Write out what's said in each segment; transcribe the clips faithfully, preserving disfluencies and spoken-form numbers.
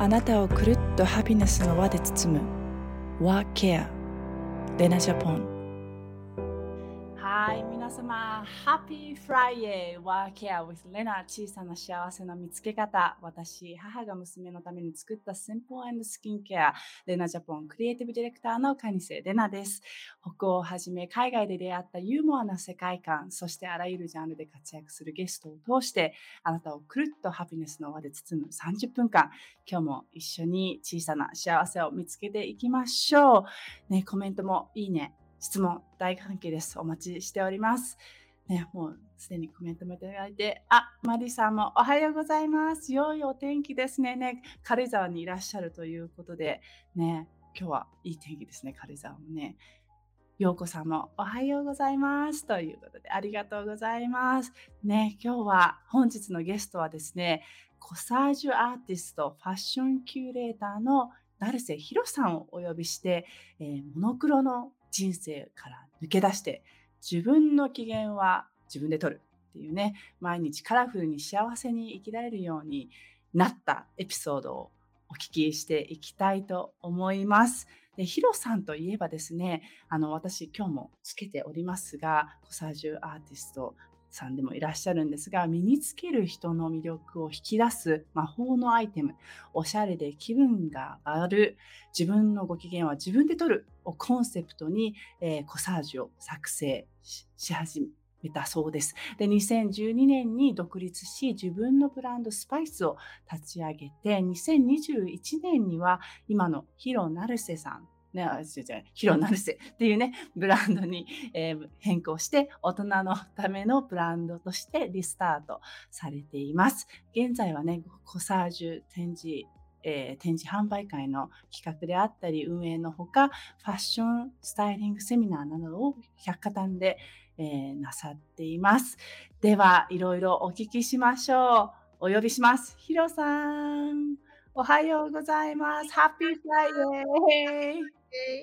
あなたをくるっとハピネスの輪で包む Work Care レナジャポン。はい、皆様、Happy Friday! Work Care with レナ、小さな幸せの見つけ方。私、母が娘のために作った Simple and Skin Care レナジャポンクリエイティブディレクターの蟹瀬レナです。北欧をはじめ海外で出会ったユーモアな世界観、そしてあらゆるジャンルで活躍するゲストを通して、あなたをくるっとハピネスの輪で包むさんじゅっぷんかん、今日も一緒に小さな幸せを見つけていきましょう。ね、コメントもいいね。質問大歓迎です。お待ちしております。ね、もうすでにコメントもいただいて、あ、マリさんもおはようございます。良いお天気ですね。ね、軽井沢にいらっしゃるということで、ね、今日はいい天気ですね、軽井沢もね。ようこさんもおはようございますということで、ありがとうございます。ね、今日は本日のゲストはですね、コサージュアーティスト、ファッションキュレーターの成瀬宏さんをお呼びして、えー、モノクロの人生から抜け出して自分の機嫌は自分で取るっていうね、毎日カラフルに幸せに生きられるようになったエピソードをお聞きしていきたいと思います。で、ヒロさんといえばですね、あの私今日もつけておりますが、コサージュアーティストさんでもいらっしゃるんですが、身につける人の魅力を引き出す魔法のアイテム、おしゃれで気分が上がる、自分のご機嫌は自分で取るをコンセプトに、えー、コサージュを作成 し, し始めたそうです。で、にせんじゅうにねんに独立し、自分のブランドスパイスを立ち上げて、にせんにじゅういちねんには今のヒロナルセさん、ね、あ、違う違う、ヒロナルセっていうね、ブランドに、えー、変更して、大人のためのブランドとしてリスタートされています。現在はね、コサージュ展示、えー、展示販売会の企画であったり、運営のほか、ファッションスタイリングセミナーなどを百貨店で、えー、なさっています。では、いろいろお聞きしましょう。お呼びします。ヒロさん。おはようございます。ハッピーフライデー。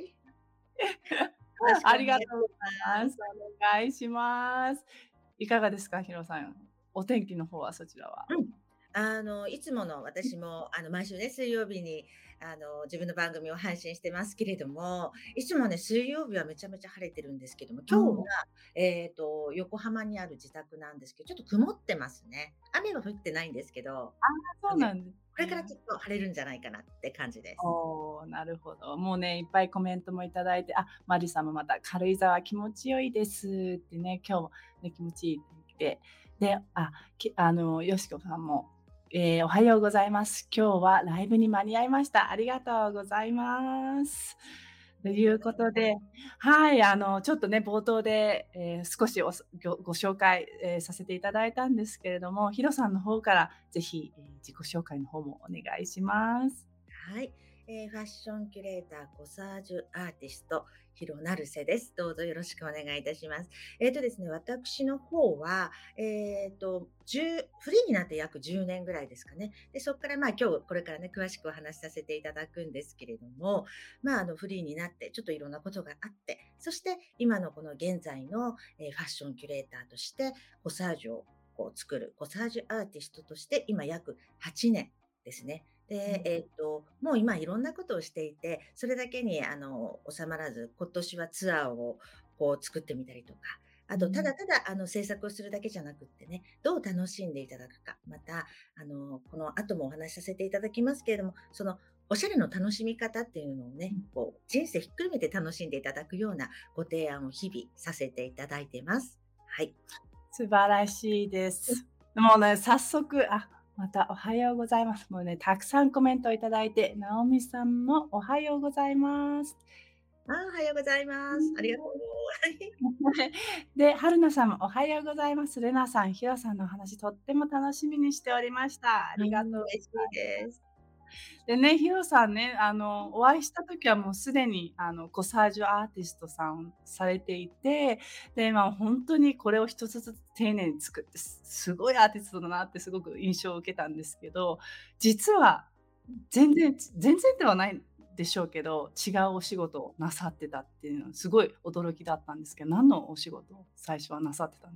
ありがとうございます。お願いします。いかがですか、ヒロさん。お天気の方はそちらは。 うん、あのいつもの私もあの毎週ね水曜日にあの自分の番組を配信してますけれども、いつもね水曜日はめちゃめちゃ晴れてるんですけども、今日は、うん、えっと横浜にある自宅なんですけど、ちょっと曇ってますね。雨は降ってないんですけど、 あ、そうなんですね。 これからちょっと晴れるんじゃないかなって感じです。 おー、なるほど。もうね、いっぱいコメントもいただいて、あ、マリさんもまた軽井沢気持ちよいですってね、今日も、ね、気持ちいいって言って、で、あ、きあの、よしこさんも、えーおはようございます。今日はライブに間に合いました。ありがとうございます。ということで、はい、あの、ちょっとね、冒頭で、えー少しおごご紹介、えーさせていただいたんですけれども、ヒロさんの方からぜひ、えー自己紹介の方もお願いします。 はい、えーファッションキュレーター、コサージュアーティスト、ヒロナルセです。どうぞよろしくお願いいたします。えっ、とですね、私の方は、えっ、と、じゅうフリーになって約じゅうねんぐらいですかね。で、そこからまあ今日これからね、詳しくお話しさせていただくんですけれども、まああのフリーになってちょっといろんなことがあって、そして今のこの現在の、えーファッションキュレーターとしてコサージュをこう作るコサージュアーティストとして今約はちねんですね。で、えっと、もう今いろんなことをしていて、それだけにあの収まらず、今年はツアーをこう作ってみたりとか、あと、ただただあの制作をするだけじゃなくってね、どう楽しんでいただくか、また、あの、この後もお話しさせていただきますけれども、そのおしゃれの楽しみ方っていうのをね、こう人生ひっくるめて楽しんでいただくようなご提案を日々させていただいてます。はい。 素晴らしいです。もうね、早速、あ、またおはようございます。もうね、たくさんコメントをいただいて、ナオミさんもおはようございます。 あおはようございます。ありがとう。 で、春菜さんもおはようございます。レナさん、ヒロさんのお話とっても楽しみにしておりました。ありがとうござい嬉しいです。 ます。でね、ヒロさんね、あの、お会いした時はもうすでに、あの、コサージュアーティストさんされていて、で、まあ、本当にこれを一つずつ丁寧に作って、すすごいアーティストだなってすごく印象を受けたんですけど、実は全然全然ではないでしょうけど、違うお仕事をなさってたっていうのはすごい驚きだったんですけど、何のお仕事を最初はなさってたんですか？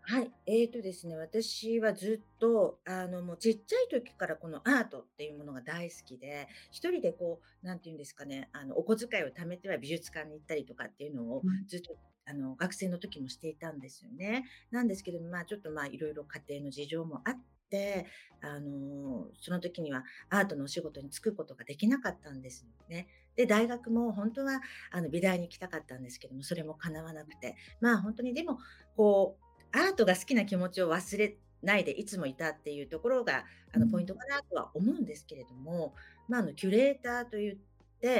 はい。えーとですね、私はずっと、あの、もうちっちゃい時からこのアートっていうものが大好きで、一人でこう、なんていうんですかね、あの、お小遣いを貯めては美術館に行ったりとかっていうのをうん。 ずっと、あの、学生の時もしていたんですよね。なんですけど、まあ、ちょっとまあ、いろいろ家庭の事情もあって、あの、その時にはアートのお仕事に就くことができなかったんですよね。で、大学も本当は、あの、美大に行きたかったんですけども、それも叶わなくて、まあ、本当にでも、こう、アートが好きな気持ちを忘れないでいつもいたっていうところが、あの、ポインうん。 トかなとは思うんですけれども、まあ、あの、キュレーターと言って、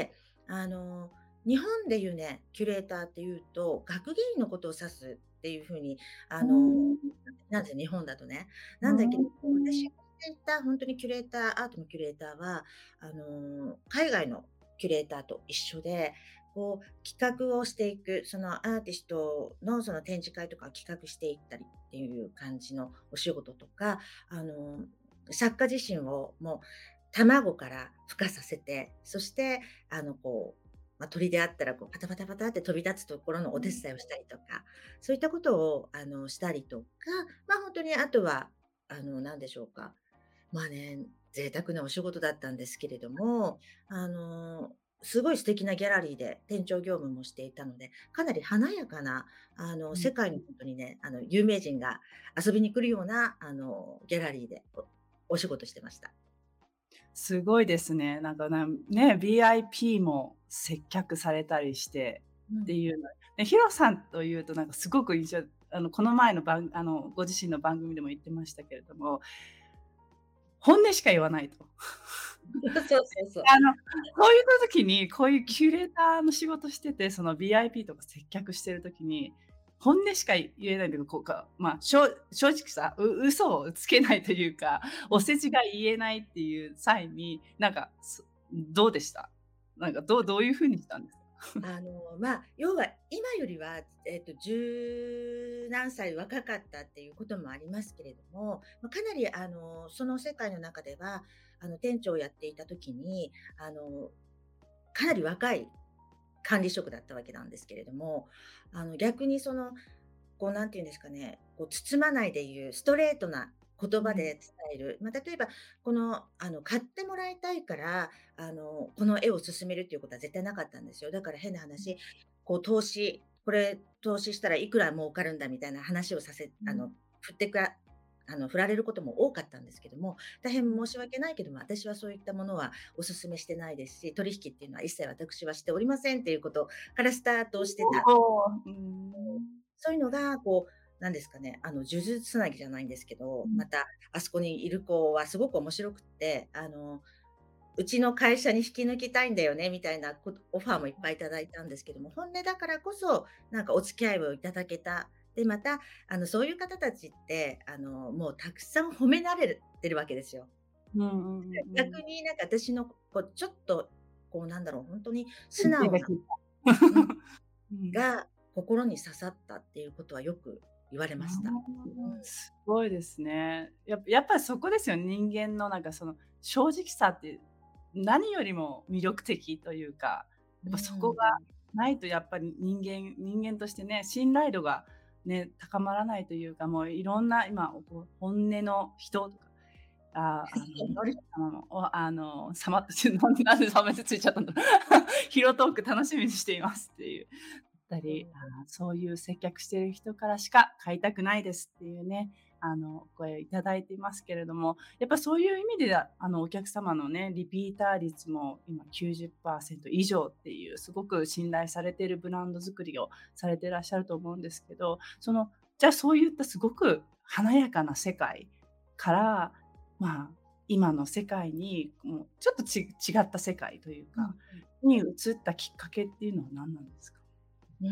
あの、日本でいうね、キュレーターっていうと、学芸員のことを指すっていう風に、あうの、 ん。 なんですよ、日本だとね。 うなんだけど、私ん。 がしていた本当にキュレーターアートのキュレーターは、あの、海外のキュレーターと一緒で、こう企画をしていく、そのアーティストのその展示会とかを企画していったりっていう感じのお仕事とか、あの、作家自身をもう卵から孵化させて、そして、あの、こう、まあ、鳥であったらこうパタパタパタって飛び立つところのお手伝いをしたりとか、そういったことをあのしたりとか、まあ本当にあとは、あの、なんでしょうか。まあね、贅沢なお仕事だったんですけれども、あの、すごい素敵なギャラリーで店長業務もしていたので、かなり華やかな、あの、 うん。 世界の本当にね、あの、有名人が遊びに来るような、あの、ギャラリーでおお仕事してました。 すごいですね。なんか、なね、ブイアイピー も接客されたりしてうん。 っていうの。で、ヒロさんというとなんかすごく印象あの、この前のばんあの、ご自身の番組でも言ってましたけれども、本音しか言わないと。 そうそうそう。 あの、こういう時に、こういうキュレーターの仕事してて、その ブイアイピー とか接客してる時に、本音しか言えないんだけど、こうか、まあ、しょう正直さ、う嘘をつけないというか、 うん。 お世辞が言えないっていう際に、なんか、すどうでした？なんか、どうどういう風にしたんですか？ あの、まあ、要は今よりは、えっと、十何歳若かったっていうこともありますけれども、ま、かなりあの、その世界の中では、あの、店長をやっていた時に、あの、かなり若い管理職だったわけなんですけれども、あの、逆にその、こうなんて言うんですかね、こう包まないで言うストレートな言うん。 葉で伝える。まあ、例えば、この、あの、買ってもらいたいから、あの、この絵を勧めるっていうことは絶対なかったんですよ。だから変な話、こう投資、これ投資したらいくら儲かるんだみたいな話をさせうん。 あの、振ってくらあの、振られることも多かったんですけども、大変うん。 申し訳ないけども、私はそういったものはお勧めしてないですし、取引っていうのは一切私はしておりませんっていうことからスタートをしてた。 おお、うーん。 そういうのが、こう、なんですかね、あの、呪術つなぎじゃないんですけど、 うん。 また、あそこにいる子はすごく面白くって、あの、うちの会社に引き抜きたいんだよねみたいなことオファーもいっぱいいただいたんですけども、本音だからこそ、なんかお付き合いをいただけた。で、また、あの、そういう方たちって、あの、もうたくさん褒められてるわけですよ。 うんうんうんうん。 逆になんか私のこうちょっと、こうなんだろう、ほんとに素手直な、 が引いた。 うん、 うん。 が心に刺さったっていうことはよく言われました。 ああ、 うん。 すごいですね。ややっぱりそこですよね、人間のなんかその正直さって何よりも魅力的というか、 うやっぱそこがん。 ないとやっぱり人間人間としてね、信頼度がね、高まらないというか、もういろんな今、こう本音の人とか、ああ、あの、のりこ様の、おあの、様ってなんでなんで様ってついちゃったんだろう。ヒロトーク楽しみにしていますっていう。たり、あーそういう接客している人からしか買いたくないですっていうね、あの、お声いただいていますけれども、やっぱそういう意味で、あの、お客様のね、リピーター率も今きゅうじゅっパーセント以上っていう、すごく信頼されているブランド作りをされていらっしゃると思うんですけど、その、じゃあそういったすごく華やかな世界から、まあ、今の世界に、もうちょっとち違った世界というか、 うんうん。 に移ったきっかけっていうのは何なんですか？ うん、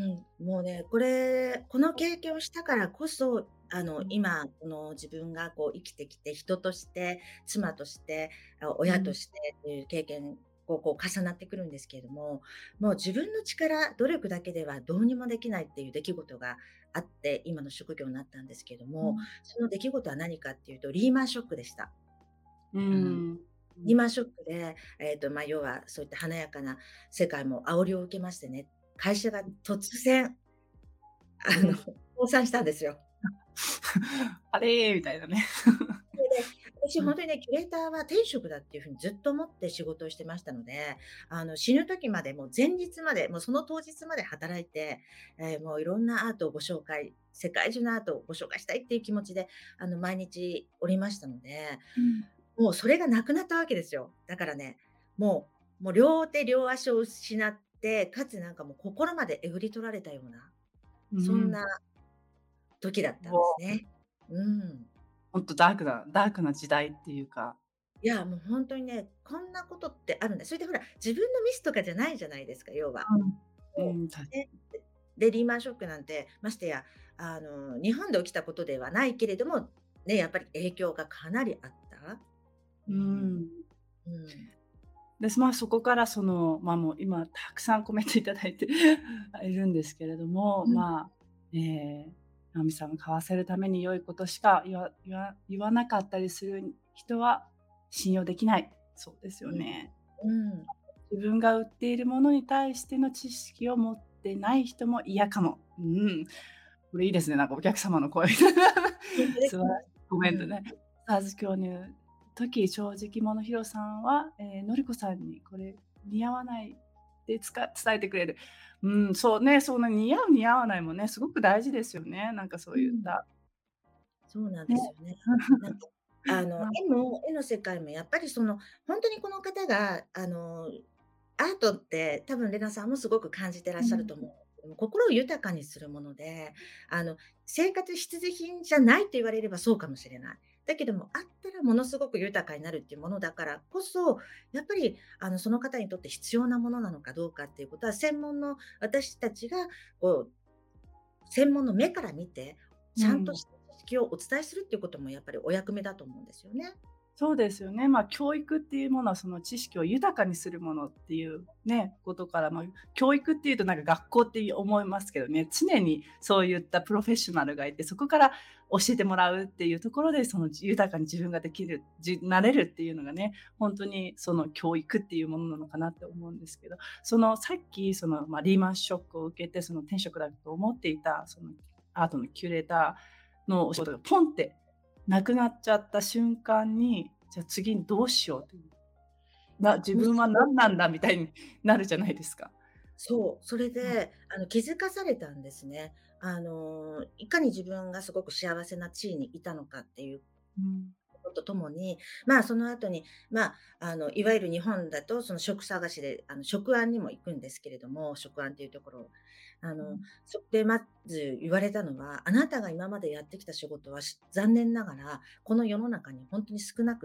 もうね、これ、この経験をしたからこそ、あの、 うん。 今、この自分がこう生きてきて、人として、妻として、あ、 うん。 親としてっていう経験、こうこう重なってくるんですけれども、もう自分の力、努力だけではどうにもできないっていう出来事があって、今の職業になったんですけれども、 うん。 その出来事は何かっていうと、リーマンショックでした。 うーうん。 ん。うん。 リーマンショックで、えっと、ま、要はそういった華やかな世界も煽りを受けましてね、会社が突然あの、 うん。 倒産したんですよ。 あれーみたいなね。 それで、私うん。 本当にね、キュレーターは天職だっていう風にずっと思って仕事をしてましたので、あの、死ぬ時までもう前日まで、もうその当日まで働いて、ええ、もういろんなアートをご紹介世界中のアートをご紹介したいっていう気持ちで、あの、毎日おりましたので、 うん。 もうそれがなくなったわけですよ。だからね、もうもう両手両足を失って、かつなんかもう心までえぐり取られたような、 うん。 そんな時だったんですもう、 ね。うん。 ほんとダークなダークな時代っていうか。 いや、もうほんとにね、こんなことってあるんだ。それでほら、自分のミスとかじゃないじゃないですか、要は。 うん。 もうん、たう、ね、で、リーマンショックなんて、ましてや、あの、日本で起きたことではないけれども、ね、やっぱり影響がかなりあった。ううん。 ん。 うん。 で、まあ、そこからその、まあ、もう今たくさんコメントいただいているんですけれども、 うん。 まあ、ええ、直美さんが買わせるために良いことしか言わ言わ言わなかったりする人は信用できない。そうですようん。 ね。 うん。 自分が売っているものに対しての知識を持ってない人も嫌かも。うん。これいいですね、なんかお客様の声みたいな。 ほんとですね。 素晴らしいコメンうん。 トね。サーズ購入時、正直者ヒロさんは、ええ、のりこさんにこれ似合わないってつか伝えてくれる。うん、そうね、そんな似合う似合わないもね、すごく大事ですよね。なんかそううん。 いった。 そうなんでね。 すよね。なんか、あの、 はい。 絵も絵の世界もやっぱりその、ほんとにこの方が、あの、アートって多分レナさんもすごく感じてらっうん。 しゃると思うんですけども、心を豊かにするもので、あの、生活必需品じゃないと言われればそうかもしれない。だけども、あったらものすごく豊かになるっていうものだからこそ、やっぱり、あの、その方にとって必要なものなのかどうかっていうことは、専門の私たちが、こう専門の目から見て、ちゃんとうん。 した知識をお伝えするっていうこともやっぱりお役目だと思うんですよね。 そうですよね。まあ、教育っていうものはその知識を豊かにするものっていうね、ことから、まあ、教育っていうとなんか学校って思いますけどね、常にそういったプロフェッショナルがいて、そこから教えてもらうっていうところで、その豊かに自分ができる、じなれるっていうのがね、本当にその教育っていうものなのかなって思うんですけど、そのさっきその、まあ、リーマンショックを受けて、その転職だと思っていた、そのアートのキュレーターのお仕事がポンってなくなっちゃった瞬間に、じゃあ次にどうしようっていう、な自分はもうそ何なんだみたいになるじゃないですか。 そう、それうん。 で、あの、気づかされたんですね。あの、いかに自分がすごく幸せな地位にいたのかっていううん。 こととともに、まあ、その後に、まあ、あの、いわゆる日本だと、その職探しで、あの、職案にも行くんですけれども、職案っていうところ、あの、 うん。 そこでまず言われたのは、あなたが今までやってきた仕事は、し残念ながら、この世の中に本当に少なくって、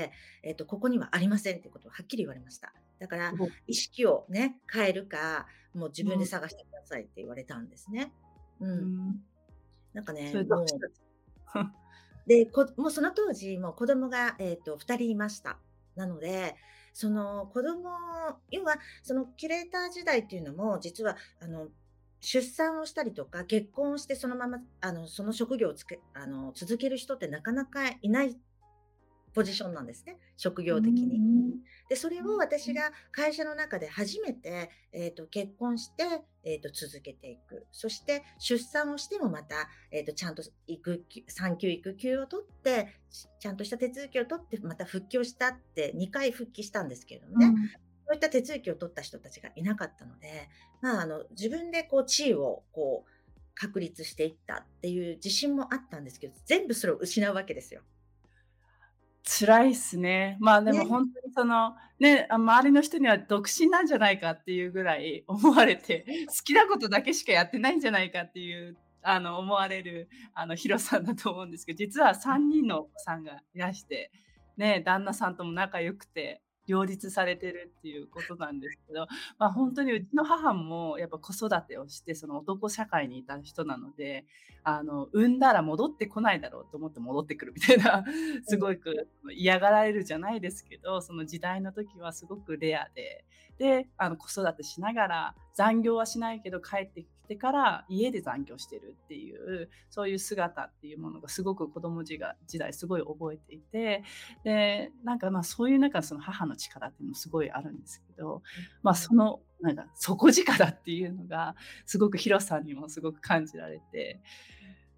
えっと、ここにはありませんっていうことをはっきり言われました。だから、 すごく。 意識をね、変えるか、もう自分でうん。 探してくださいって言われたんですね。うん。 うん。 なんかね、 それどうしもうたんですか？ で、こもうその当時、もう子供が、えっと、ふたりいました。なので、その子供要はそのキュレーター時代っていうのも、実はあの、出産をしたりとか、結婚をしてそのままあの、その職業をつけあの、続ける人ってなかなかいないポジションなんですね、職う業的に。 んうん。 で、それをうん。 私が会社の中で初めて、えっと、結婚して、えっと、続けていく。そして出産をしてもまた、えっと、ちゃんと育休産休育休を取って、ちちゃんとした手続きを取って、また復帰をしたってにかい復帰したんですけれどもね。 うん。 そういった手続きを取った人たちがいなかったので、まあ、あの、自分でこう地位をこう確立していったっていう自信もあったんですけど、全部それを失うわけですよ。 辛いっすね。まあ、でもね。 ほんとにその、ね、あ、周りの人には独身なんじゃないかっていうぐらい思われて、好きなことだけしかやってないんじゃないかっていう、あの、思われる、あの、ヒロさんだと思うんですけど、実はさんにんのお子さんがいらして、ね、旦那さんとも仲良くて、両立されてるっていうことなんですけど、ま、ほんとにうちの母もやっぱ子育てをして、その男社会にいた人なので、あの、産んだら戻ってこないだろうと思って戻ってくるみたいな、 うん。 すごく嫌がられるじゃないですけど、その時代の時はすごくレアで、で、あの、子育てしながら、残業はしないけど帰ってきてから家で残業してるっていう、そういう姿っていうものがすごく子供時が時代すごい覚えていて、で、なんか、ま、そういう中、その母の力っていうのもすごいあるんですけど、ま、 うん。 その、なんか底力っていうのがすごくヒロさんにもすごく感じられて、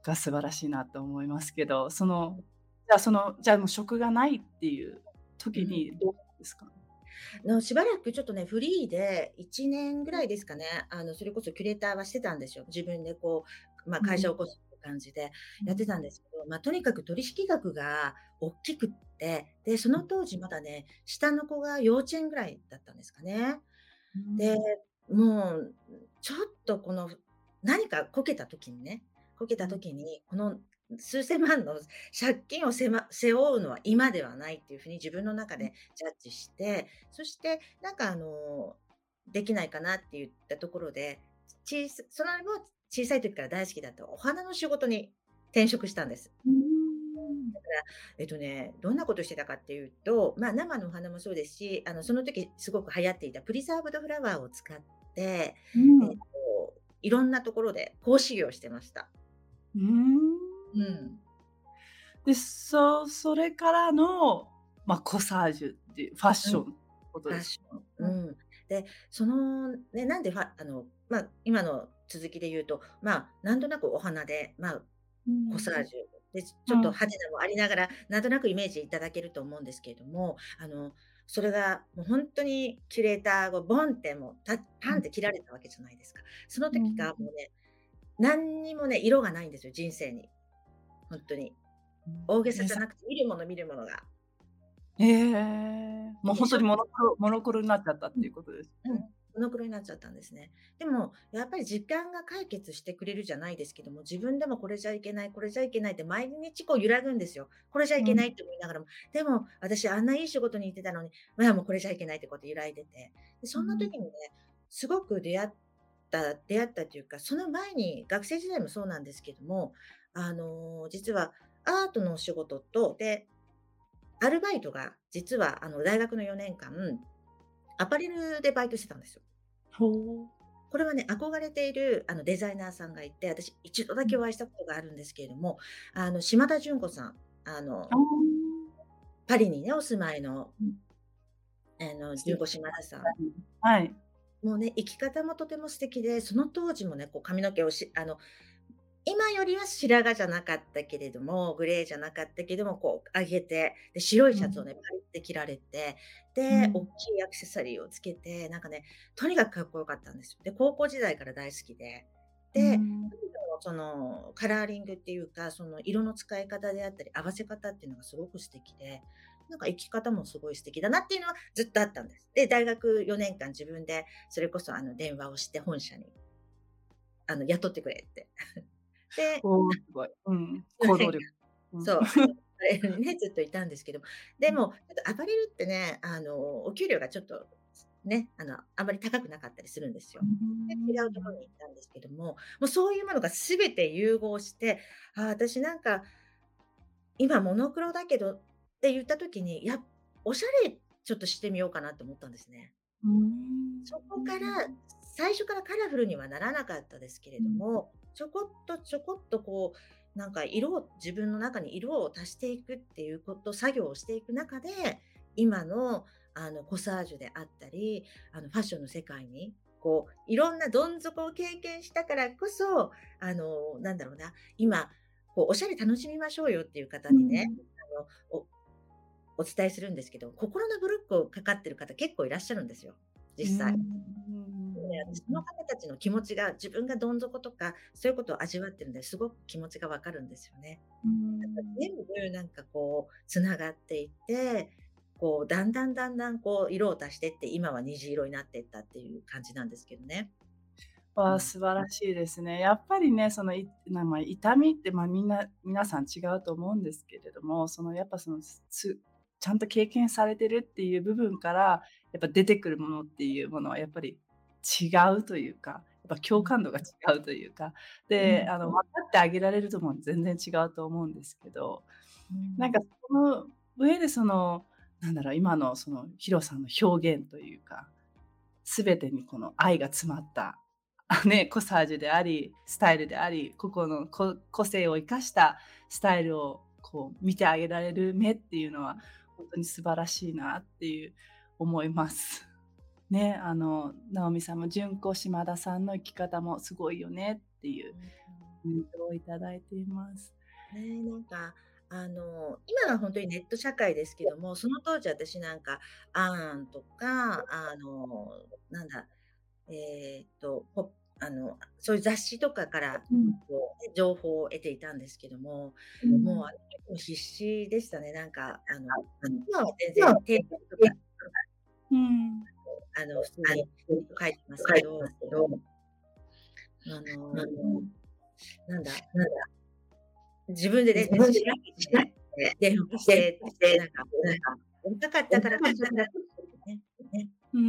が素晴らしいなと思いますけど、その、じゃあその、じゃあもう職がないっていう時うん。 にどうなんですか？ の、しばらくちょっとね、フリーでいちねんぐらいですかね、あの、それこそキュレーターはしてたんですよ。自分でこう、ま、 うん。 会社を起こすって感じでやってうん。 たんですけど、ま、とにかく取引額がおっきくって、で、その当時まだね、下の子が幼稚園ぐらいだったんですかね。で、 うん。 もう、ちょっとこの、何かこけた時にね、こけうん。 た時に、この数千万の借金をせま背負うのは今ではないっていう風に自分の中うん。 でジャッジして、そしてなんかあの、できないかなって言ったところで、ちちいさその後小さい時から大好きだったお花の仕事に転職したんです。 うーん。 だから、えっとね、どんなことしてたかっていうと、まあ、生のお花もそうですし、あの、その時すごく流行っていたプリザーブドフラワーを使って、 うえっん。 と、いろんなところで講師業をしてました。 うーん。 うん。 で、そそれからの、ま、コサージュっていうファッうん、 ションことですか？ ファッション。 はい。 うん。で、その、ね、なんでファあの、ま、今の続きで言うと、まあ、なんとなくお花で、まあ、 うん。 コサージュで、ちょっとうん。 派手なもありながら、なんとなくイメージいただけると思うんですけれども、あの、それがもうほんとにキュレーターをボンってもう、たパうん。 ンって切られたわけじゃないですか。その時うん。 がもうね、なんにもね、色がないんですよ、人生に。ほんとに。 うん。 大げさね、さじゃなくて、見るもの見るものが。 へえ。もうで、しょほんとにモノクロモノクロになっちゃったっうん。 ていうことですうん、 ね。 モノクロになっちゃったんですね。でも、やっぱり時間が解決してくれるじゃないですけども、自分でもこれじゃいけない、これじゃいけないって毎日こう揺らぐんですよ。これじゃいうん。 けないって思いながらも、でも私あんないい仕事に行ってたのに、まあ、もうこれじゃいけないってこと揺らいでて。で、そんなうん。 時にね、すごく出会った出会ったというか、その前に学生時代もそうなんですけども、あの、実はアートのお仕事と、で、アルバイトが実はあの大学のよねんかん、アパレルでバイトしてたんですよ。 ほう。 これはね、憧れているあのデザイナーさんがいて、私一度だうん。 けお会いしたことがあるんですけれども、あの島田純子さん、あのああ。 パリにね、お住まいのうん。 あの、 素敵純子島田さん。 はい。 もうね、生き方もとても素敵で、その当時もね、こう髪の毛をしあの、今よりは白髪じゃなかったけれども、グレーじゃなかったけども、こう上げて、で、白いうん。 シャツをね、パリって着られて、で、おっうん。 きいアクセサリーをつけて、なんかね、とにかくかっこよかったんですよ。で、高校時代から大好きで。 うーで、 ん。 そのカラーリングっていうか、その色の使い方であったり、合わせ方っていうのがすごく素敵で、なんか生き方もすごい素敵だなっていうのはずっとあったんです。で、大学よねんかん自分でそれこそあの電話をして本社にあの雇ってくれって。で、 おお、すごい。うん。 よねんかん行動力。うん。 そう、あの、アパレルにね、ずっといたんですけど、でも、ちょっとアパレルってね、あの、お給料がちょっと、ね、あの、あんまり高くなかったりするんですうーよ。で、違うところん。 に行ったんですけども、もうそういうものが全て融合して、ああ、私なんか今モノクロだけどって言った時に、やおしゃれちょっとしてみようかなって思ったんですね。 うーん。 そこから、最初からカラフルにはならなかったですけれうん。 ども、ちょこっとちょこっとこう、なんか色を自分の中に色を足していくっていうこと、作業をしていく中で、今のあのコサージュであったり、あのファッションの世界に、こういろんなどん底を経験したからこそ、あの、なんだろうな、今、こうおしゃれ楽しみましょうよっていう方にね、 うん。 あの、おお伝えするんですけど、心のブロックをかかってる方結構いらっしゃるんですよ、実うーん。 際。 うんうんでね、 うんうんうん。 私その方たちの気持ちが、自分がどん底とか、そういうことを味わってるんで、すごく気持ちがわかるんですよね。 うーだからん。 全部なんかこう繋がっていって、こうだんだんだんだんこう色を足してって、今は虹色になってったっていう感じなんですけどね。うわあ、 ん。 素晴らしいですね。やっぱりね、その、いなま、痛みって、ま、みんな皆さん違うと思うんですけれども、そのやっぱその、つちゃんと経験されてるっていう部分から、やっぱ出てくるものっていうものはやっぱり違うというか、やっぱうん。 共感度が違うというか、で、 うん。 あの、分かってあげられるとも全然違うと思うんですけど、 うん。 なんかその上でその、なんだろう、今のそのヒロさんの表現というか、全てにこの愛が詰まった、あ、ね、コサージュであり、スタイルであり、個々のこ個性を生かしたスタイルをこう見てあげられる目っていうのは、ほんとに素晴らしいなっていう思います。ね、あの、直美さんも純子島田さんの生き方もすごいよねっていう。 うん。 メントをいただいています。 ね、なんか、あの、今は本当にネット社会ですけども、その当時私なんか、アーンとか、あの、なんだ、えっと、ポあの、そういう雑誌とかから、 うん。 こう、ね、情報を得ていたんですけども、もう、 うん。 あの時も必死でしたね。なんか、あの、 うん。 今は全然テーマとか、 うん。 あの、普通に書いてますけど、あの、なんだ、自分でね、調べて、電話して、なんか、若かったからこそね。 うん。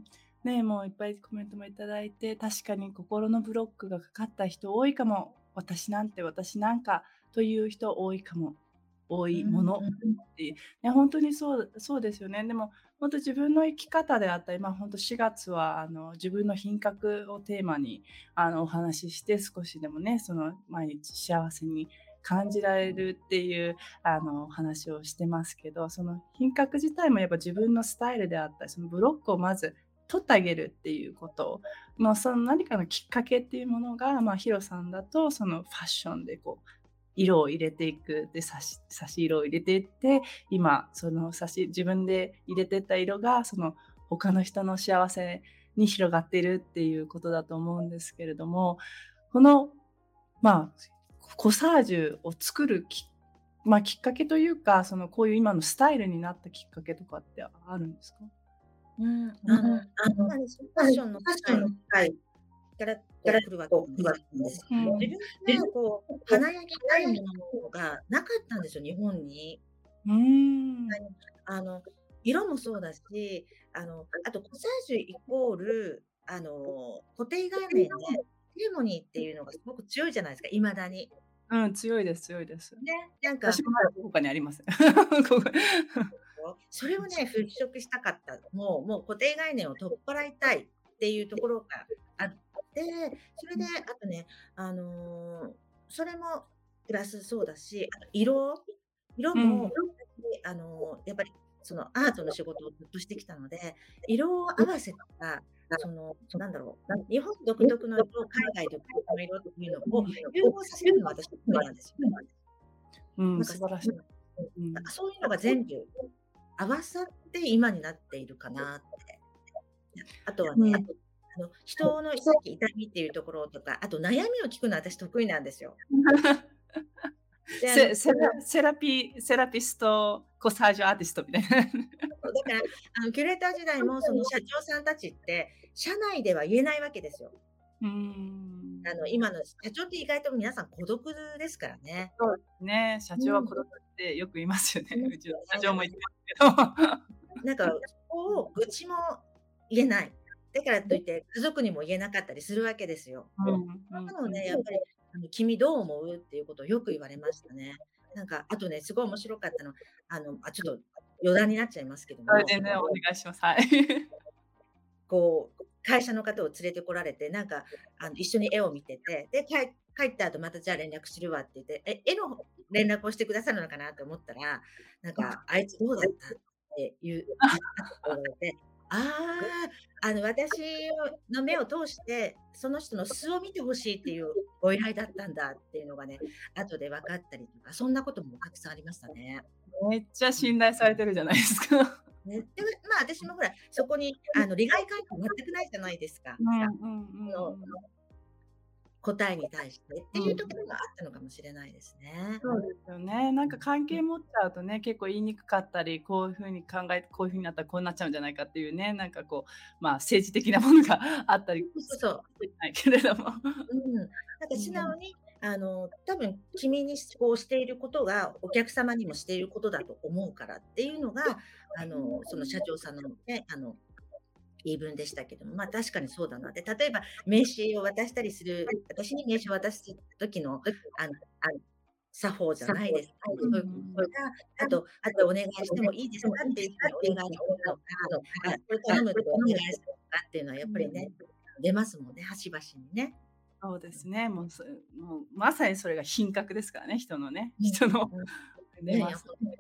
ね、もういっぱいコメントもいただいて、確かに心のブロックがかかった人多いかも。私なんて、私なんかという人多いかも。多うん、 いものっていう。ね、本当にそうそうですよね。でも、本当自分の生き方であったり、まあ、本当しがつはあの自分の品格をテーマにあのお話しして、少しでもね、その毎日幸せに感じられるっていうあの話をしてますけど、その品格自体もやっぱ自分のスタイルであったり、そのブロックをまず取ってあげるっていうこと、まあ、その何かのきっかけっていうものが、まあ、ヒロさんだとそのファッションでこう色を入れていく、で差し差し色を入れていって、今その差し自分で入れてった色がその他の人の幸せに広がっているっていうことだと思うんですけれども、このまあコサージュを作るき,、まあ、きっかけというか、そのこういう今のスタイルになったきっかけとかってあるんですか？ うん、 うん、 あの、まあね、そのファッションの世界からこう来るわけなんですけども、自分がこう華やぎたいものがなかったんですよ、日本に。 うーん。 あの、色もそうだし、あの、あとコサージュイコール、あの、固定概念で、セレモニーっていうのがすごく強いじゃないですか、未だに。 うん、強いです強いです。 ね、なんか、 私も他にあります。ここそれをね、払拭したかった。もうもう固定概念を取っ払いたいっていうところがあって、それで、あとね、あの、それもプラスそうだし、あと色色うん。 も、あの、やっぱりそのアートの仕事をずっとしてきたので、色を合わせた、その、なんだろう、日本独特の色、海外独特の色っていうのを融合させるのが私得意なんですよ。 うん、 なんか、 素晴らしい。うん。 なんかそういうのが全部合わさって今になっているかなって。あとはうん。 ね、あの、人のさっき痛みっていうところとか、あと悩みを聞くの私得意なんですよ。で、あの、 セセラセラピセラピスト、コサージュアーティストみたいな。 だから、あの、キュレーター時代もその社長さんたちって、社内では言えないわけですよ。 うーん。 あの、今の社長って意外と皆さん孤独ですからね。 そうですね。社長はうん。 孤独ってよく言いますよね。 言いまうちのすよね。 社長も言ってますけど。 なんか、そこを愚痴も言えない。だからといって家族にも言えなかったりするわけですよ。 うん、うん、うん。 なので、やっぱり、あの、君どう思うっていうことをよく言われましたね。なんか、あとね、すごい面白かったの、あの、あ、ちょっと余談になっちゃいますけどあ、 も、 全然お願いします。はい。 こう、会社の方を連れてこられて、なんか、あの、一緒に絵を見てて、で、帰帰った後またじゃあ連絡するわって言って、え、絵の連絡をしてくださるのかなと思ったら、なんか、あいつどうだったって言う言ったって言われて、ああ、あの、私の目を通して、その人の素を見て欲しいっていうご依頼だったんだっていうのがね、後で分かったりとか、そんなこともたくさんありましたね。 めっちゃ信頼されてるじゃないですか。 ね、で、まあ、私もほら、そこにあの、利害関係全くないじゃないですか。 うん、うん、うん、 そのうん。 答えに対してってうん。 いうところがあったのかもしれないですね。 そうですよね。なんか関係持っちゃうとね、結構言いにくかったり、こういう風に考えて、こういう風になったらこうなっちゃうんじゃないかっていうね、なんかこう、まあ、政治的なものがあったりそうそうそう。 しないけれども。 うん。なんかうん。 素直に、あの、多分君にこうしていることが、お客様にもしていることだと思うからっていうのが、あの、その社長さんのね、あの、言い分でしたけども、まあ、確かにそうだなって。例えば名刺を渡したりする、私に名刺を渡す時の、あの、作法じゃないですけど、 うそういうことん。 とか、あと、あとお願いしてもいいですかっていう人にお願いするとか、あ、これ頼むとお願いするとかっていうのはやっぱりね、出ますもんね、端々にね。 そうですね。もう、そもうまさにそれが品格ですからね、人のね。 うん、 人のうん。いやいや、 出ます。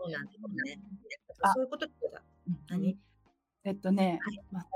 ほんとそうなんですよね。だからあ、 そういうこととかうん、 うん。 何？ えっとね、 はい。 ま、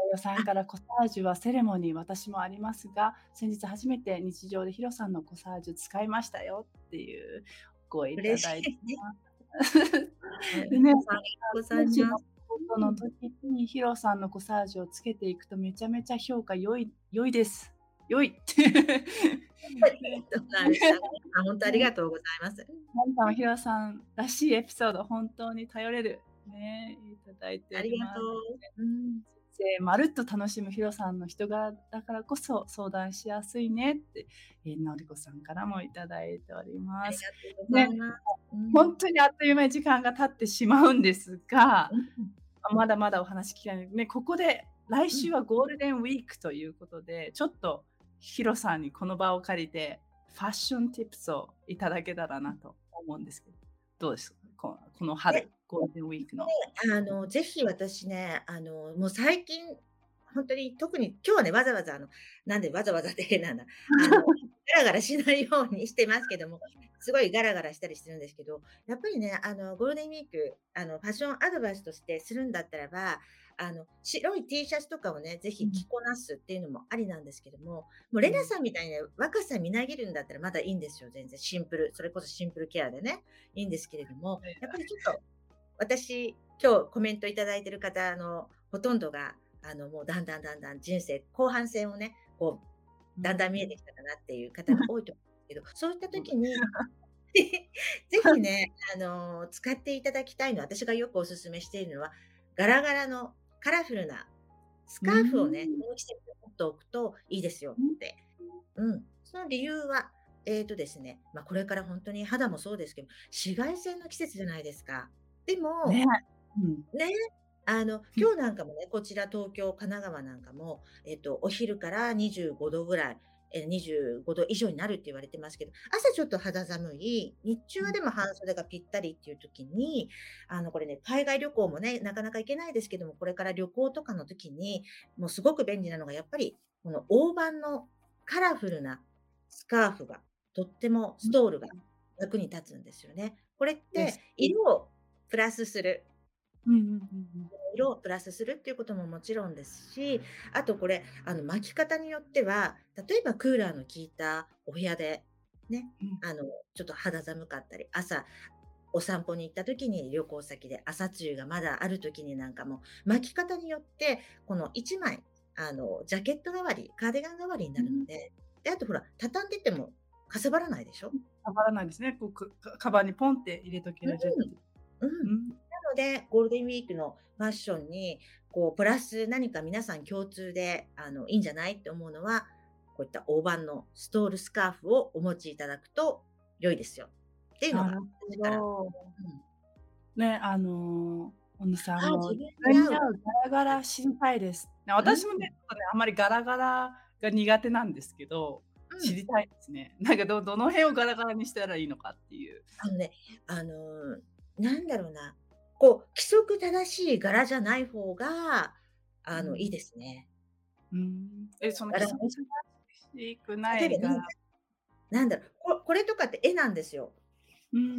よさんからコサージュはセレモニー、私もありますが、先日初めて日常でヒロさんのコサージュ使いましたよっていうお声いた嬉だいてしいね。 ます。 はい、 でね、 さんありがとうござい当時のます。 ことのうん。 時にヒロさんのコサージュをつけていくとめちゃめちゃ評価良い良いです。良いって。 ありね。 がとうございました。あ、ほんとありね。 がとうございます。 マリさんはヒロさんらしいエピソード、本当に頼れる、ね、いただいてありがとおります。 う。うん。 人生まるっと楽しむヒロさんの人柄だからこそ相談しやすいねって、え、のりこさんからもいただいておりあります。 がとうござね、 います。うほん。 んとにあっという間に時間が経ってしまうんですが、 うん。 あ、まだまだお話聞きたいので、ね、ここで来うん。 週はゴールデンウィークということで、ちょっとヒロさんにこの場を借りて、ファッションティップスをいただけたらなと思うんですけど、どうです？ここので、 春、ゴールデンウィークの。 ね、あの、ぜひ私ね、あの、もう最近、ほんとに特に今日はね、わざわざあの、なんでわざわざって変なんだ。あの、ガラガラしないようにしてますけども、すごいガラガラしたりしてるんですけど、やっぱりね、あの、ゴールデンウィーク、あの、ファッションアドバイスとしてするんだったらば、あの、白い T シャツとかをね、ぜうん。 ひ着こなすっていうのもありなんですけども、もうレナうん。 さんみたいにね、若さみなぎるんだったらまだいいんですよ、全然シンプル。それこそシンプルケアでね、いいんですけれども、やっぱりちょっと私、今日コメントいただいてる方のほとんどが、あの、もうだんだんだんだん人生後半戦をね、こう、 うだんだん見えてん。 きたかなっていう方が多いと思うんですけど、そういった時にぜひね、あの、使っていただきたいのは、私がよくお勧めしているのは、ガラガラのカラフルなスうーカーフをね、 ん。 この季節持っておくといいですようん。 って。うん。その理由は、えっとですね、ま、これからほんとに肌もそうですけど、紫外線の季節じゃないですか。でね。 も、 うん。 ね、あの、 ふん。 今日なんかもね、こちら東京、神奈川なんかも、えっと、お昼からにじゅうごどぐらい、え、にじゅうごど以上になるって言われてますけど、朝ちょっと肌寒い、日中うん。 はでも半袖がぴったりっていう時に、あの、これね、海外旅行もね、なかなか行けないですけども、これから旅行とかの時に、もうすごく便利なのがやっぱり、この大判のカラフルなスカーフが、とってもうん。 ストールがうん。 役に立つんですよね。これってです。 色をプラスするうんうんうんうん。 色をプラスするっていうことももちろんですし、あとこれ、あの、巻き方によっては、例えばクーラーの効いたお部屋で、ね、 うん。 あの、ちょっと肌寒かったり、朝お散歩に行った時に旅行先で朝露がまだある時になんかも、巻き方によって、このいちまい、あの、ジャケット代わり、カーディガン代わりになるのうん。 で、で、あとほら、畳んでてもかさばらないでしょ？ うん、かばらないですね。こう、くかカバンにポンって入れとけうるじゅん。うん。 うん。 なので、ゴールデンウィークのファッションに、こうプラス何か皆さん共通で、あの、いいんじゃないって思うのは、こういった大判のストールスカーフをお持ちいただくと良いですよっていうのがなるほ私から。 ど。 うん。 ね、あの、小野さんあ、 も自自分に合う。 分に合うガラガラ知りたいです。ね、 うん。 私もね、ちょっとね、あんまりガラガラが苦手なんですけど、 うん。 知りたいですね。なんかどどの辺をガラガラにしたらいいのかっていう。 あのね、あの、なんだろうな、こう規則正しい柄じゃない方が、あの、いいうん。 ですね。 うーん。え、その規柄則正しくな例えばなんい柄。 なんだろう、ここれとかって絵なんですよ。 うんうんうん。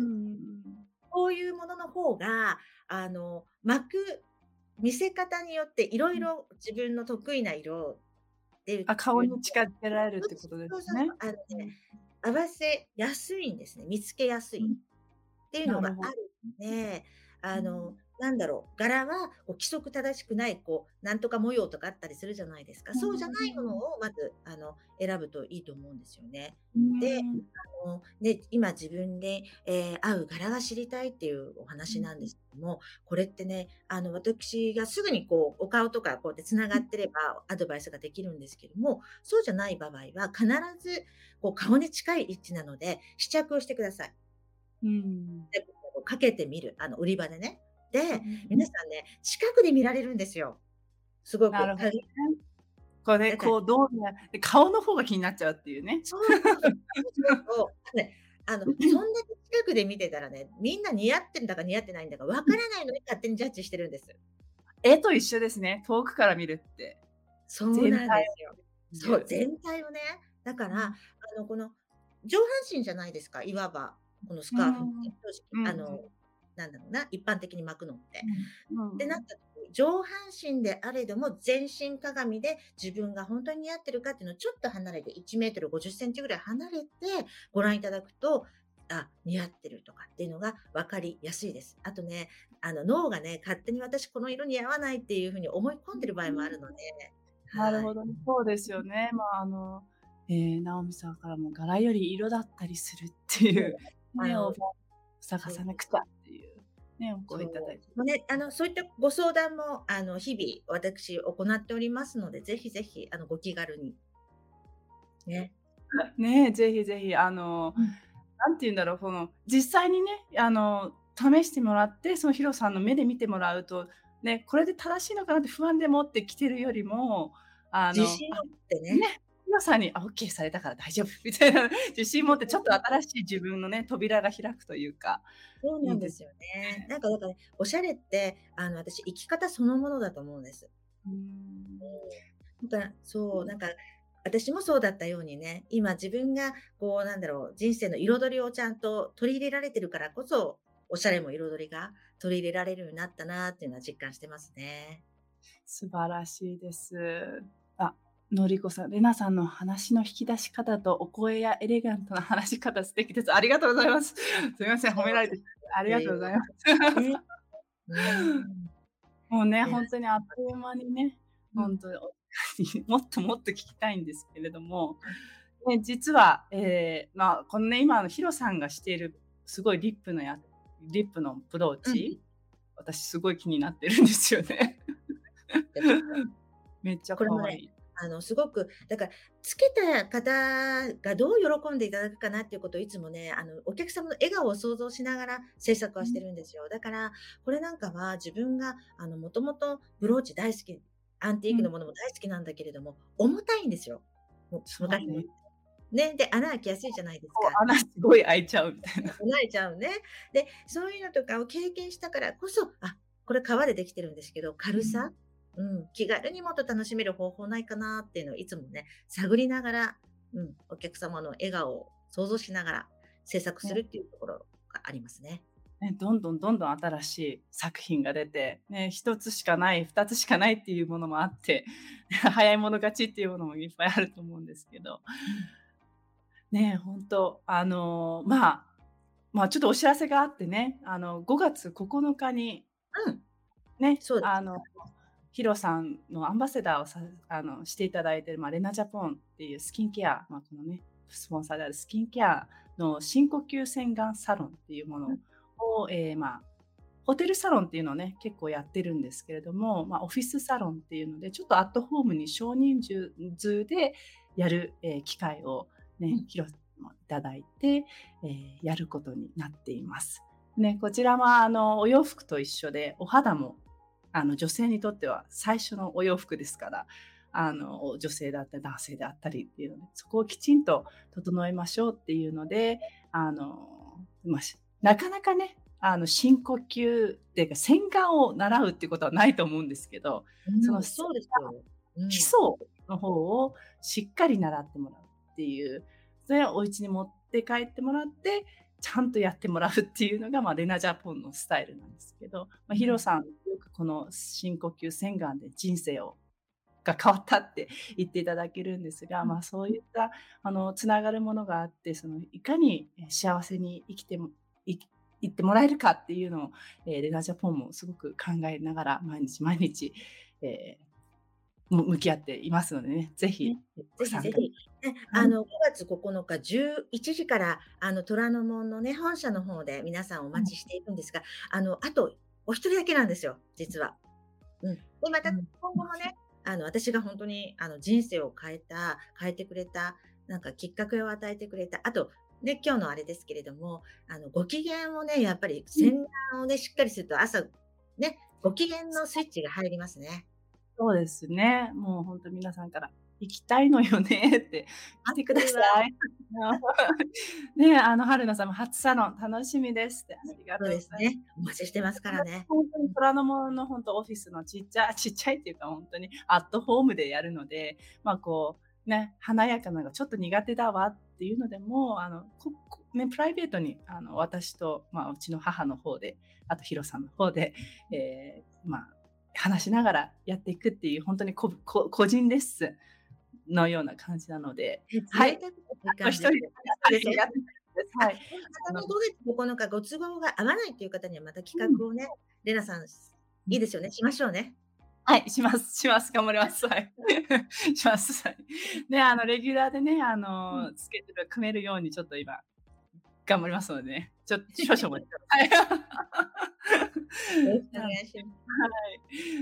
こういうものの方が、あの、巻く見せ方によっていろうん。 いろ自分の得意な色でいうあ、顔いうのに近づけられるってことでそうすね。 そうそう、あのね、 うん。 合わせやすいんですね。見つけやすいうん。 っていうのなるほど。 があるんで、あの、 うん。 なんだろう、柄はこう規則正しくない、こう、なんとか模様とかあったりするじゃないですか。 うそうじゃないものん。 をまず、あの、選ぶといいと思うんですよね。 うで、 ん。 あの、ね、今自分で、えー合う柄が知りたいっていうおうん。 話なんですけども、これってね、あの、私がすぐにこう、お顔とかこうやって繋がってればアドバイスができるんですけども、そうじゃない場合は必ずこう顔に近い位置なので、試着をしてください。 うん。 で、こうかけてみる、あの、売り場でね。で、 うん。 皆さんね、近くで見られるんですよ。すごく。 なるほどね。 かぎこれ、 だからこう、どうやで、顔の方が気になっちゃうっていうね。 そうそうそう。そうすると、ね、あの、そんだけ近くで見てたらね、みんな似合ってんだか似合ってないんだか分からないのに勝手にジャッジしてるんです。 絵と一緒ですね。遠くから見るって。 そう全体なんですよ。 を見そう、 る。 全体をね。だから、 うん。 あの、この上半身じゃないですか、いわば、このスうカーフって、 ん。 正直。 うんうん。 あの、なんだろうな、一般的に巻くのって。 うん。うってなっん。 た時上半身であれども全身鏡で自分が本当に似合ってるかっていうのをちょっと離れていちメートルごじゅっセンチぐらい離れてご覧いただくと、あ、似合ってるとかっていうのが分かりやすいです。あとね、あの脳がね、勝手に私この色似合わないっていうふうに思い込んでる場合もあるので、はい。 なるほどね。そうですよね。まあ、あの、えー、ナオミさんからも柄より色だったりするっていそう、 う、ね、オあの、 ファー探そう、 さなくちゃっていうね、おそう。 声いただいて。 もうね、あの、そういったご相談も、あの、日々私行っておりますので、ぜひぜひ、あの、ご気軽に。ね。 ね、ぜひぜひ、あの、 うん。 なんて言うんだろう、この、実際にね、あの、試してもらって、そのヒロさんの目で見てもらうと、ね、これで正しいのかなって不安でもって来てるよりも、あの、あ、 自信を持ってね。 ね、ヒロさんに、あ、オッケーされたから大丈夫みたいな自信持ってちょっと新しい自分のね、扉が開くというか、 そういいですなんですよね。 ね。 なんかだからね、おしゃれって、あの、私生き方そのものだと思うんです。 うーん。 だからそう、なんか、私もそうだったようにね、今自分がこうなんだろう、人生の彩りをちゃんと取り入れられてるからこそ、おしゃれも彩りが取り入れられるようになったなっていうのは実感してますね。 素晴らしいです。あ、のりこさん、レナさんの話の引き出し方とお声やエレガントな話し方素敵です。ありがとうございます。すみません、褒められてありがとうございます。 ね。うーん。 もうね、 で、 本当にあっという間にね、 うん。 本当にもっともっと聞きたいんですけれども、ね、実は、えーまあ、このね、今のヒロさんがしているすごいリップのやリップのブローうん。 チ、私すごい気になってるんですよね。 じゃ、ちょっとめっちゃこれもね、 可愛い。 あの、すごく、だから、つけた方がどう喜んでいただくかなっていうことをいつもね、あの、お客様の笑顔を想像しながら制作はしてるんですよ。だから、これなんかは自分が、あの、もともとブローチ大好き、アンティうん、 ークのものも大好きなんだけれども、重たいんですよ。むそうね。 昔のね、で、穴開きやすいじゃないですそう、 か。 穴すごい開いちゃうみたいな。 慣れちゃうね。で、そういうのとかを経験したからこそ、あ、これ革でできてるんですけど、 うん。 軽さ、うん、気軽にもっと楽しめる方法ないかなっていうのをいつもね、探りながら、うん、お客様の笑顔を想像しながら制作すね、 るっていうところがありますね。 ね、どんどんどんどん新しい作品が出て、ね、ひとつしかない、ふたつしかないっていうものもあって、早い者勝ちっていうものもいっぱいあると思うんですけど、 うん。 ね、ほんと、あの、まあ、まあ、ちょっとお知らせがあってね、あの、ごがつここのかにうん、 ね、 そうです。 あの、ヒロさんのアンバサダーをさあの、していただいている、まあ、レナジャポンっていうスキンケア、まあ、このね、スポンサーであるスキンケアの深呼吸洗顔サロンっていうものうん、 を、ええ、まあ、ホテルサロンっていうのをね、結構やってるんですけれども、まあ、オフィスサロンっていうので、ちょっとアットホームに少人数でやる、えー機会をね、 うん、 ヒロさんもいただいて、えーやることになっています。ね、こちらはあのお洋服と一緒で、お肌もあの女性にとっては最初のお洋服ですから、あの女性だったり男性であったりっていうので、そこをきちんと整えましょうっていうので、あの、まあ、しなかなかね、あの深呼吸っていうか洗顔を習うっていうことはないと思うんですけど、そのうん、 洗そうですよ。うん。 基礎の方をしっかり習ってもらうっていう、それをお家に持って帰ってもらって、ちゃんとやってもらうっていうのが、まあ、レナジャポンのスタイルなんですけど、まあ、 うん。 ヒロさん、よくこの深呼吸洗顔で人生をが変わったって言っていただけるんですが、 うん。 まあ、そういったあのつながるものがあって、そのいかにえ幸せに生きてもいいってもらえるかっていうのを、えーレナジャポンもすごく考えながら毎日毎日、えーむ向き合っていますのでね、ぜひね、 ご参加。 ぜひぜひ、ね、 はい。 あの、ごがつここのかじゅういちじから、あの、虎ノ門のね、本社の方で皆さんおうん、 待ちしているんですが、あの、あとお一人だけなんですよ、実は。うん。で、またうん。 今後もね、あの、私がほんとに、あの、人生を変えた変えてくれた、なんかきっかけを与えてくれた、あと、ね、今日のあれですけれども、あの、ご機嫌をね、やっぱりうん。 洗顔をね、しっかりすると朝、ね、ご機嫌のスイッチが入りますね。 そうですね。もうほんと皆さんから「行きたいのよね」って、「来てくだ待ってるわ。 さい」ね、あの、春菜さんも「初サロン楽しみです」って、ありがそうとうございます。 ですね。お待ちしてますからね。 ほんとにうん。 虎ノ門のほんとオフィスのちっちゃちっちゃいっていうかほんとにアットホームでやるので、ま、こう、ね、華やかなのがちょっと苦手だわっていうのでも、あの、ここね、プライベートにあの、私と、まあ、うちの母の方で、あとヒロさんの方で、ええ、まあ話しながらやっていくっていう、本当にここ個人レッスンのような感じなので、 え、 はい。 贅沢な時あと一人で、 間ですね。そうです、そうやってです。 です。 あ、 はい。 でもあのまたね、ごがつここのかご都合が合わないっていう方にはまたうん。 企画をね、レナさん、いうん。 いですよね、しましょうね。 はい、しますします。頑張ります。はい。します。はい。ね、あのレギュラーでね、あうん。 のスケジュール組めるようにちょっと今頑張りますのでね。ちょ少々お待ちください。 よろしくおなんで願いします。 はい。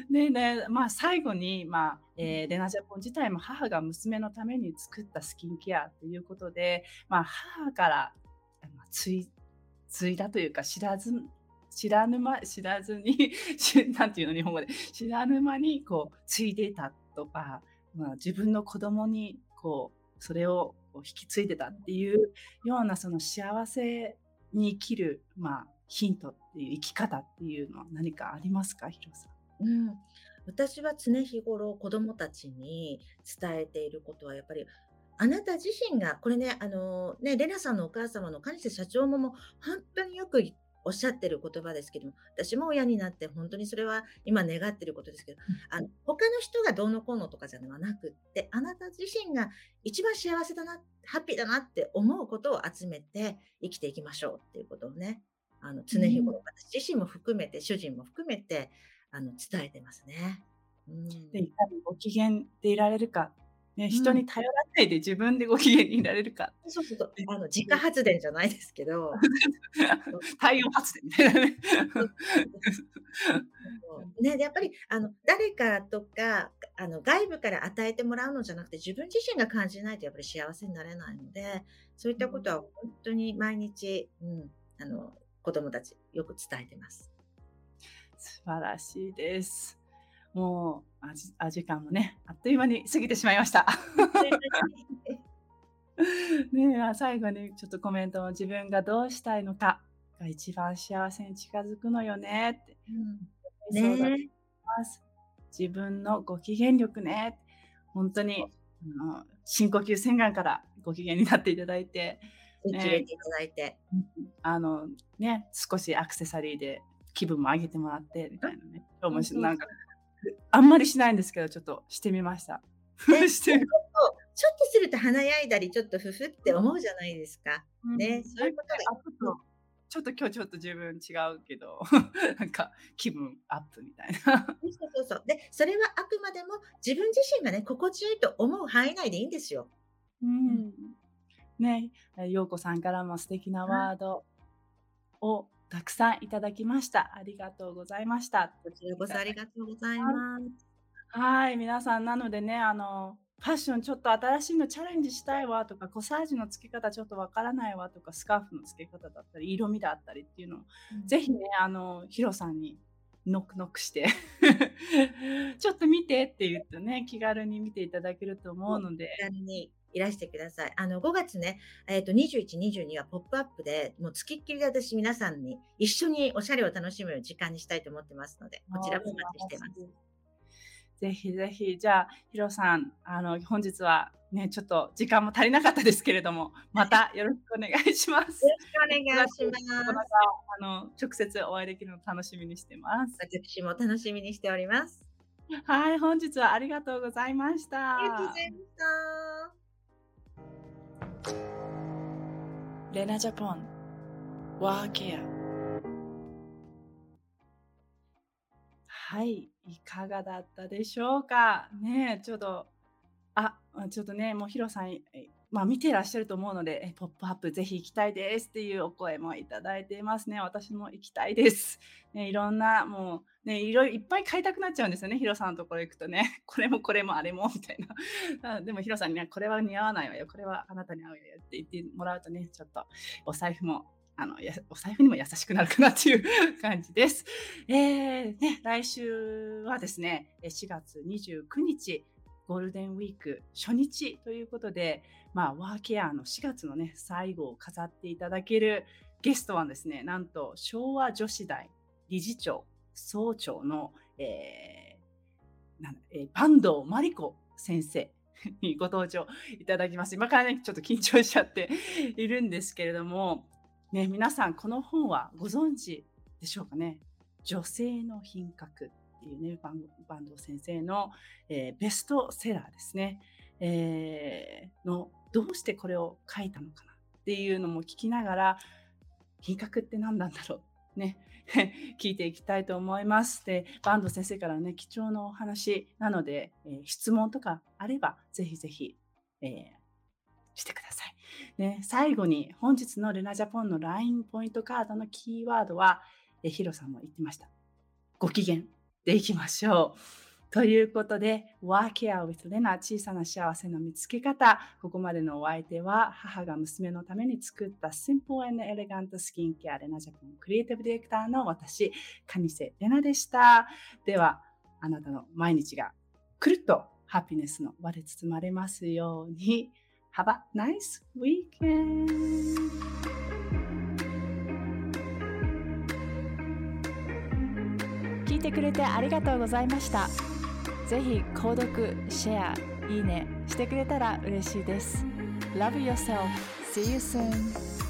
でね、まあ、最後に、まあ、 うん。 ええ、レナジャポン自体も母が娘のために作ったスキンケアということで、まあ、母から、あの、つい継いだというか、知らず知らぬ間知らずに、しなんていうの、日本語で、知らぬ間にこう継いでいたとか、まあ、自分の子供にこう、それをこう引き継いでたっていうようなその幸せに生きる、まあ、ヒントっていう生き方っていうのは何かありますか？ヒロさん。 うん。私は常日頃子供たちに伝えていることはやっぱり、あなた自身がこれね、あの、ね、レナさんのお母様の蟹瀬社長ももうほんとによくいおっしゃってる言葉ですけども、私も親になってほんとにそれは今願ってることですけど、 うん。 あの、他の人がどうのこうのとかじゃはなくって、あなた自身が一番幸せだな、ハッピーだなって思うことを集めて生きていきましょうっていうことをね、あの、 うん。 常日頃、私自身も含めて、主人も含めて、あの、伝えてますね。うで、 ん。 いかにご機嫌でいられるか、ね、 うん。 人に頼らないで自分でご機嫌にいられるか。 そうそうそう。 で、 あの、自家で発電じゃないですけど、そう。 太陽発電みたいなね。 そうそうそう。そう。ね、で、やっぱり、あの、誰かとか、あの、外部から与えてもらうのじゃなくて、自分自身が感じないとやっぱり幸せになれないので、そういっうん。 たことはほんとに毎日、うん、あの、子供たちよく伝えてます。 素晴らしいです。もう、あじあ、時間もね、あっという間に過ぎてしまいました。 あっという間に。 ね、あ、最後にちょっとコメントを自分がどうしたいのかが一番幸せに近づくのよねって。 うん。 そうだとね。 思います。自分のご機嫌力ね。ほんとそう。 に、あの、深呼吸洗顔からご機嫌になっていただいて、 スイッチ入れね、 ていただいて。 うんうん、あの、ね、少しアクセサリーで気分も上げてもらってみあ、 たいなね。今日そうもしなんか、 そうそう。 あんまりしないんですけど、ちょっとしてみました。 ね、で、 してみちょっとちょっとすると華やいだり、ちょっとフフって思うじゃないですか。 うん、 ね、そうなんかね、 いうことがあ、ちょっうん。 とちょっと今日ちょっと自分違うけど、なんか気分アップみたいな。 そうそうそうそう。で、それはあくまでも自分自身がね、心地よいと思う範囲内でいいんですよ。 ううん。 ん。ね、え、陽子さんからも素敵なはい。 ワードをたくさんいただきました。ありがとうございました。 こちらこそありいただきがとうございます。 ます。 はい、皆さんなのでね、あの、ファッションちょっと新しいのチャレンジしたいわとか、コサージュの付け方ちょっとわからないわとか、スカーフの付け方だったり、色味だったりっていうのを、 うん。 ぜひね、あの、ヒロさんにノックノックしてちょっと見てって言ってね、気軽に見ていただけると思そう、 うので。 気軽にいらしてください。あの、ごがつね、えっと、にじゅういち、にじゅうにはポップアップで、もう付きっきりで私皆さんに一緒におしゃれを楽しむ時間にしたいと思ってますので、こちああ、素らもお待ちしてます。 晴らしい。ぜひぜひ、じゃあ、ヒロさん、あの、本日はね、ちょっと時間も足りなかったですけれども、またよろしくお願いします。 よろしくお願いしまた、 ます。 あの、直接お会いできるの楽しみにしてます。 私も楽しみにしております。 はい、本日はありがとうございましありがとうごた。 ざいました。 レナジャポン、ワーケア。はい、いかがだったでしょうか。ね、ちょっと、あ、ちょっとね、もうヒロさん、え、まあ、見てらっしゃると思うので、え、ポップアップぜひ行きたいですっていうお声もいただいていますね。私も行きたいです。ね、いろんなもう、ね、いろいいっぱい買いたくなっちゃうんですよね、ヒロさんのところ行くとね。これもこれもあれもみたいな。あ、でもヒロさんにね、これは似合わないわよ、これはあなたに合うよって言ってもらうとね、ちょっとお財布も、あの、やお財布にも優しくなるかなっていう感じです。ええ、ね、来週はですね、え、しがつにじゅうくにち、ゴールデンウィーク初日ということで、まあ、ワーケアのしがつのね、最後を飾っていただけるゲストはですね、なんと昭和女子大理事長、総長の、えー、なんえー、坂東真理子先生にご登場いただきます。今からね、ちょっと緊張しちゃっているんですけれども、ね、皆さんこの本はご存知でしょうかね。女性の品格ってっていうね、坂東先生の、えー、ベストセラーですね、えー、のどうしてこれを書いたのかなっていうのも聞きながら、品格って何なんだろうね聞いていきたいと思います。で、坂東先生からね、貴重なお話なので、えー、質問とかあればぜひぜひ、えー、してください。ね、最後に本日のレナジャポンの ライン ポイントカードのキーワードは、えヒロさんも言ってました。ご機嫌でいきましょう。ということで、ワーケア with レナ、小さな幸せの見つけ方。ここまでのお相手は、母が娘のために作った Simple and Elegant Skin Care レナジャポンクリエイティブディレクターの私、上瀬レナでした。では、あなたの毎日がくるっとハピネスの輪で包まれますように。Have a nice weekend! 聞いてくれてありがとうございました。ぜひ購読、シェア、いいねしてくれたら嬉しいです。Love yourself. See you soon.